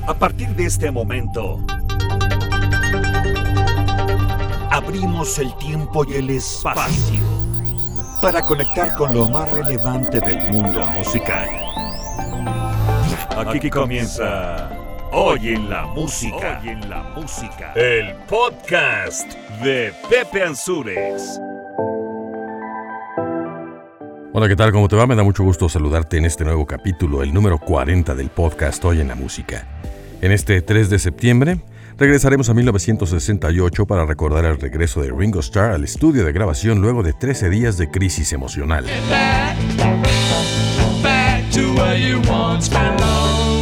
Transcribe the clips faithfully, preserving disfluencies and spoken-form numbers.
A partir de este momento, abrimos el tiempo y el espacio para conectar con lo más relevante del mundo musical. Aquí comienza Hoy en la Música, Hoy en la Música, el podcast de Pepe Ansúrez. Hola, ¿qué tal? ¿Cómo te va? Me da mucho gusto saludarte en este nuevo capítulo, el número cuarenta del podcast Hoy en la Música. En este tres de septiembre, regresaremos a mil novecientos sesenta y ocho para recordar el regreso de Ringo Starr al estudio de grabación luego de trece días de crisis emocional. Back, back to where you once belonged.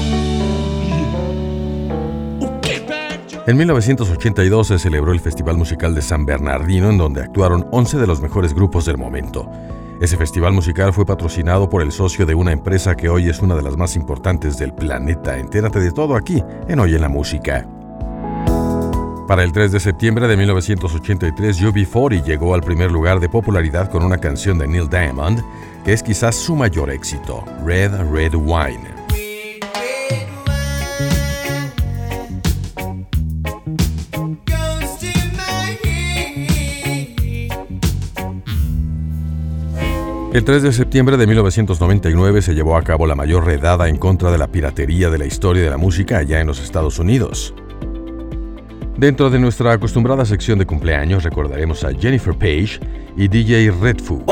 En mil novecientos ochenta y dos se celebró el Festival Musical de San Bernardino, en donde actuaron once de los mejores grupos del momento. Ese festival musical fue patrocinado por el socio de una empresa que hoy es una de las más importantes del planeta. Entérate de todo aquí, en Hoy en la Música. Para el tres de septiembre de mil novecientos ochenta y tres, U B cuarenta llegó al primer lugar de popularidad con una canción de Neil Diamond, que es quizás su mayor éxito, Red, Red Wine. El tres de septiembre de mil novecientos noventa y nueve se llevó a cabo la mayor redada en contra de la piratería de la historia de la música allá en los Estados Unidos. Dentro de nuestra acostumbrada sección de cumpleaños recordaremos a Jennifer Page y D J Redfoo.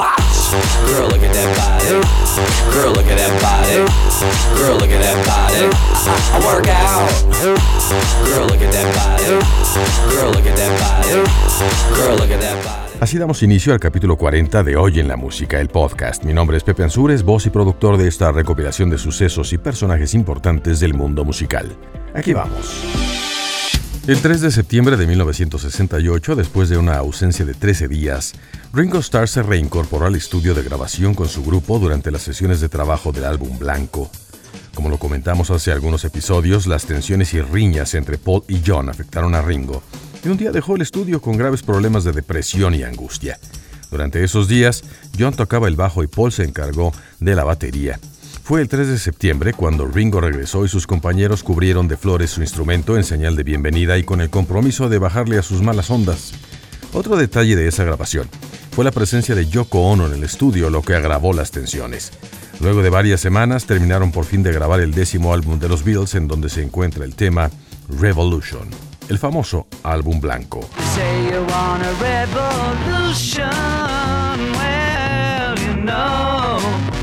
Así damos inicio al capítulo cuarenta de Hoy en la Música, el podcast. Mi nombre es Pepe Ansúrez, voz y productor de esta recopilación de sucesos y personajes importantes del mundo musical. Aquí vamos. El tres de septiembre de mil novecientos sesenta y ocho, después de una ausencia de trece días, Ringo Starr se reincorporó al estudio de grabación con su grupo durante las sesiones de trabajo del álbum Blanco. Como lo comentamos hace algunos episodios, las tensiones y riñas entre Paul y John afectaron a Ringo, y un día dejó el estudio con graves problemas de depresión y angustia. Durante esos días, John tocaba el bajo y Paul se encargó de la batería. Fue el tres de septiembre cuando Ringo regresó y sus compañeros cubrieron de flores su instrumento en señal de bienvenida y con el compromiso de bajarle a sus malas ondas. Otro detalle de esa grabación fue la presencia de Yoko Ono en el estudio, lo que agravó las tensiones. Luego de varias semanas, terminaron por fin de grabar el décimo álbum de los Beatles, en donde se encuentra el tema Revolution, el famoso álbum blanco. Say you want a revolution, well, you know,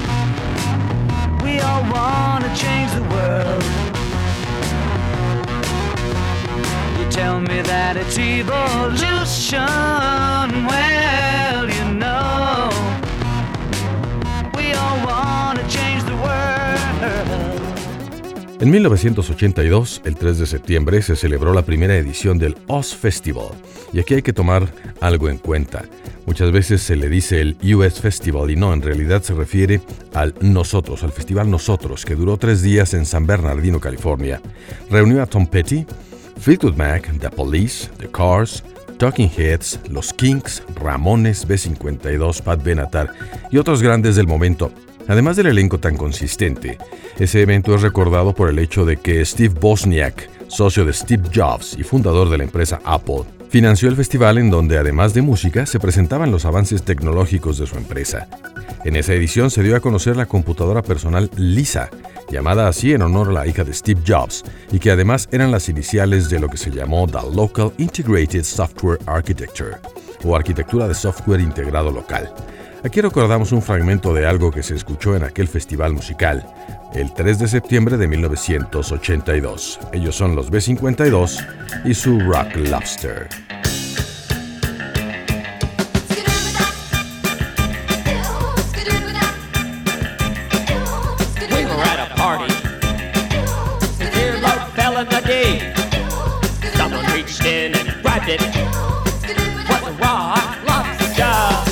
we all want to change the world. You tell me that it's evolution, well, you know, we all want to change the world. En mil novecientos ochenta y dos, el tres de septiembre, se celebró la primera edición del Oz Festival. Y aquí hay que tomar algo en cuenta. Muchas veces se le dice el U S Festival y no, en realidad se refiere al Nosotros, al Festival Nosotros, que duró tres días en San Bernardino, California. Reunió a Tom Petty, Fleetwood Mac, The Police, The Cars, Talking Heads, Los Kinks, Ramones, B cincuenta y dos, Pat Benatar y otros grandes del momento. Además del elenco tan consistente, ese evento es recordado por el hecho de que Steve Wozniak, socio de Steve Jobs y fundador de la empresa Apple, financió el festival, en donde además de música se presentaban los avances tecnológicos de su empresa. En esa edición se dio a conocer la computadora personal Lisa, llamada así en honor a la hija de Steve Jobs, y que además eran las iniciales de lo que se llamó The Local Integrated Software Architecture, o arquitectura de software integrado local. Aquí recordamos un fragmento de algo que se escuchó en aquel festival musical, el tres de septiembre de mil novecientos ochenta y dos. Ellos son los B cincuenta y dos y su Rock Lobster. We were at a party. The earlobe fell in the day. Someone reached in and grabbed it. Was a rock lobster.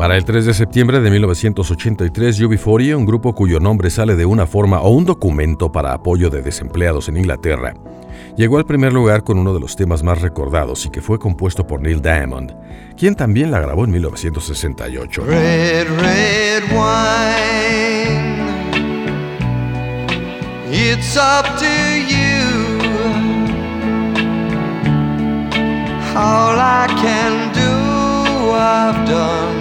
Para el tres de septiembre de mil novecientos ochenta y tres, U B cuarenta, un grupo cuyo nombre sale de una forma o un documento para apoyo de desempleados en Inglaterra, llegó al primer lugar con uno de los temas más recordados y que fue compuesto por Neil Diamond, quien también la grabó en mil novecientos sesenta y ocho. Red, red wine, it's up to you. All I can do, I've done,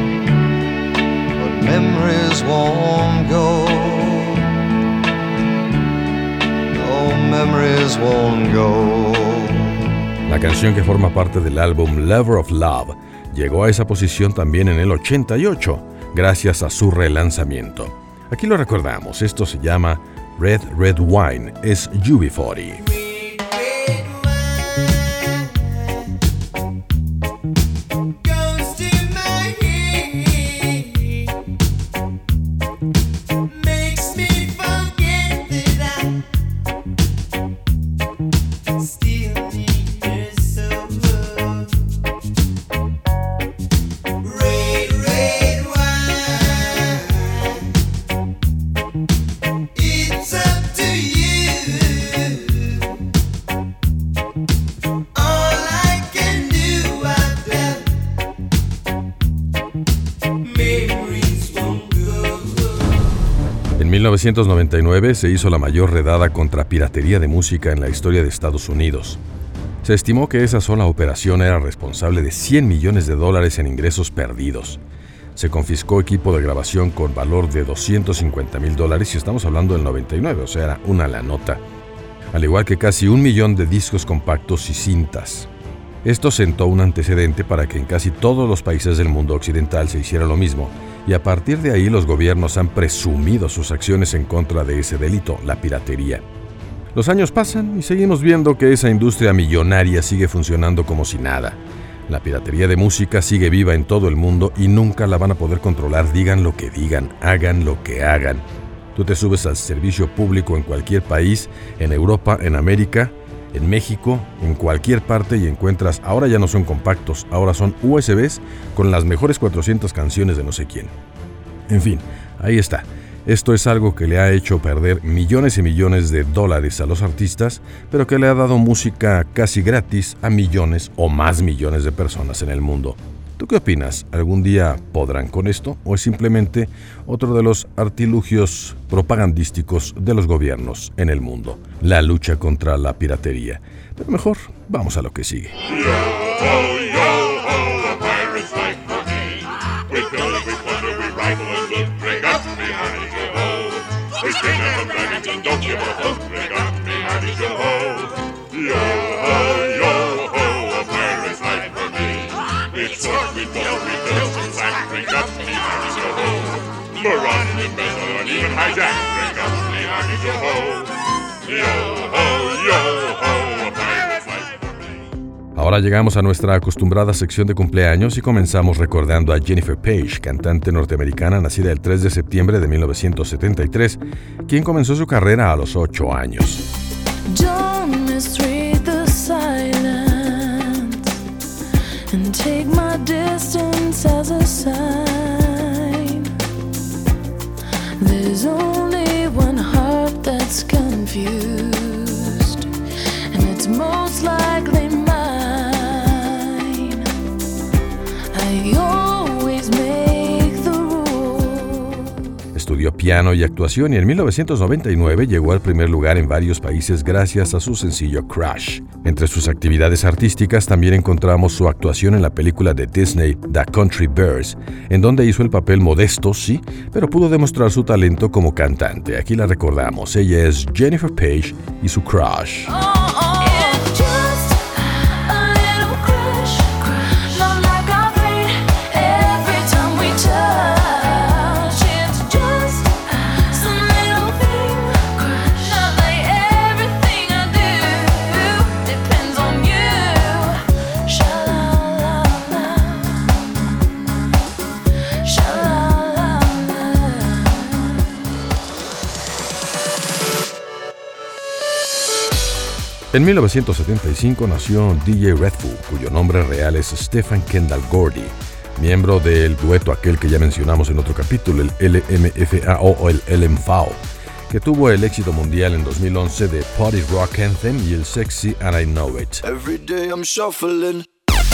but memories won't go. No, memories won't go. La canción, que forma parte del álbum Lover of Love, llegó a esa posición también en el ochenta y ocho, gracias a su relanzamiento. Aquí lo recordamos, esto se llama Red Red Wine, es U B cuarenta. En mil novecientos noventa y nueve se hizo la mayor redada contra piratería de música en la historia de Estados Unidos. Se estimó que esa sola operación era responsable de cien millones de dólares en ingresos perdidos. Se confiscó equipo de grabación con valor de doscientos cincuenta mil dólares y estamos hablando del noventa y nueve, o sea, era una la nota. Al igual que casi un millón de discos compactos y cintas. Esto sentó un antecedente para que en casi todos los países del mundo occidental se hiciera lo mismo, y a partir de ahí los gobiernos han presumido sus acciones en contra de ese delito, la piratería. Los años pasan y seguimos viendo que esa industria millonaria sigue funcionando como si nada. La piratería de música sigue viva en todo el mundo y nunca la van a poder controlar, digan lo que digan, hagan lo que hagan. Tú te subes al servicio público en cualquier país, en Europa, en América, en México, en cualquier parte, y encuentras, ahora ya no son compactos, ahora son U S Bs con las mejores cuatrocientas canciones de no sé quién. En fin, ahí está. Esto es algo que le ha hecho perder millones y millones de dólares a los artistas, pero que le ha dado música casi gratis a millones o más millones de personas en el mundo. ¿Tú qué opinas? ¿Algún día podrán con esto o es simplemente otro de los artilugios propagandísticos de los gobiernos en el mundo? La lucha contra la piratería. Pero mejor, vamos a lo que sigue. Ahora llegamos a nuestra acostumbrada sección de cumpleaños y comenzamos recordando a Jennifer Page, cantante norteamericana nacida el tres de septiembre de mil novecientos setenta y tres, quien comenzó su carrera a los ocho años. Don't mistreat the silence and take my distance as a sign. There's only one heart that's confused, and it's most likely mine. I always make the rules. Estudió piano y actuación y en mil novecientos noventa y nueve llegó al primer lugar en varios países gracias a su sencillo Crash. Entre sus actividades artísticas también encontramos su actuación en la película de Disney The Country Bears, en donde hizo el papel modesto, sí, pero pudo demostrar su talento como cantante. Aquí la recordamos, ella es Jennifer Page y su Crash. Oh, oh. It's just a little crush, not like our fate every time we touch. It's just some little thing, not like everything I do depends on you. Sha-la-la-la, sha-la-la-la. En mil novecientos setenta y cinco nació D J Redfoo, cuyo nombre real es Stephen Kendall Gordy. miembro del dueto aquel que ya mencionamos en otro capítulo, el L M F A O o el L M F A O, que tuvo el éxito mundial en dos mil once de Party Rock Anthem y el Sexy and I Know It. Every day I'm shuffling.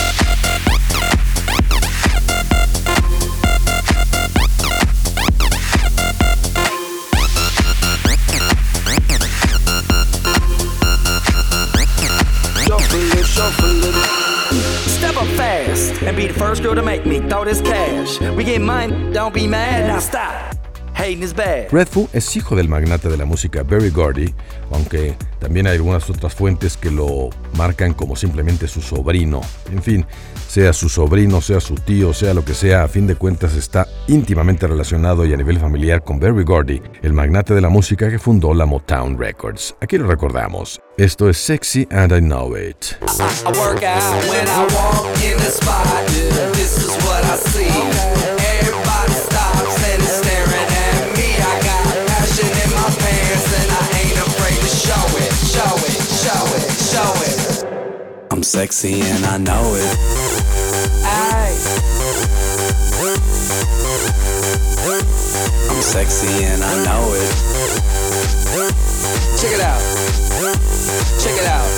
Shuffling, shuffling. Step up fast and be the first girl to make me throw this cash. We get mine, don't be mad, now stop. Hating is bad. Redfoo es hijo del magnate de la música Berry Gordy, aunque también hay algunas otras fuentes que lo marcan como simplemente su sobrino. En fin, sea su sobrino, sea su tío, sea lo que sea, a fin de cuentas está íntimamente relacionado y a nivel familiar con Berry Gordy, el magnate de la música que fundó la Motown Records. Aquí lo recordamos. Esto es Sexy and I Know It. I work out when I walk in the spot. This is what I see. Everybody stops and is staring at me. I got passion in my pants and I ain't afraid to show it, show it, show it, show it. I'm sexy and I know it. Aye. I'm sexy and I know it. Check it out. Check it out.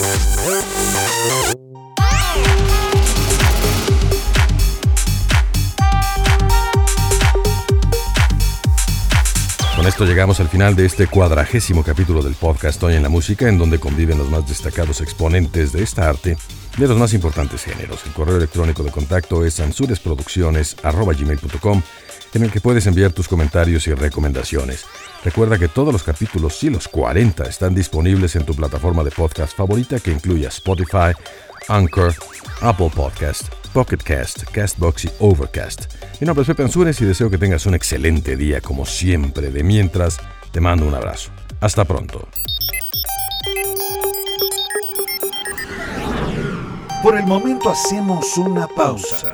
Con esto llegamos al final de este cuadragésimo capítulo del podcast Hoy en la Música, en donde conviven los más destacados exponentes de esta arte de los más importantes géneros. El correo electrónico de contacto es ansuresproducciones arroba gmail punto com, en el que puedes enviar tus comentarios y recomendaciones. Recuerda que todos los capítulos, sí los cuarenta, están disponibles en tu plataforma de podcast favorita, que incluye Spotify, Anchor, Apple Podcast, Pocket Cast, Castbox y Overcast. Mi nombre es Pepe Ansúrez y deseo que tengas un excelente día como siempre. De mientras, te mando un abrazo. Hasta pronto. Por el momento hacemos una pausa.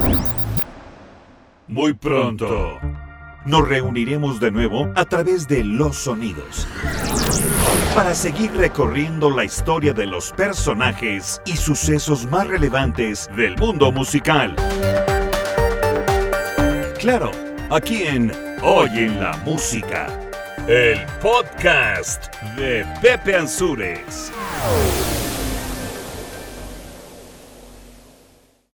Muy pronto nos reuniremos de nuevo a través de los sonidos para seguir recorriendo la historia de los personajes y sucesos más relevantes del mundo musical. Claro, aquí en Hoy en la Música, el podcast de Pepe Ansúrez.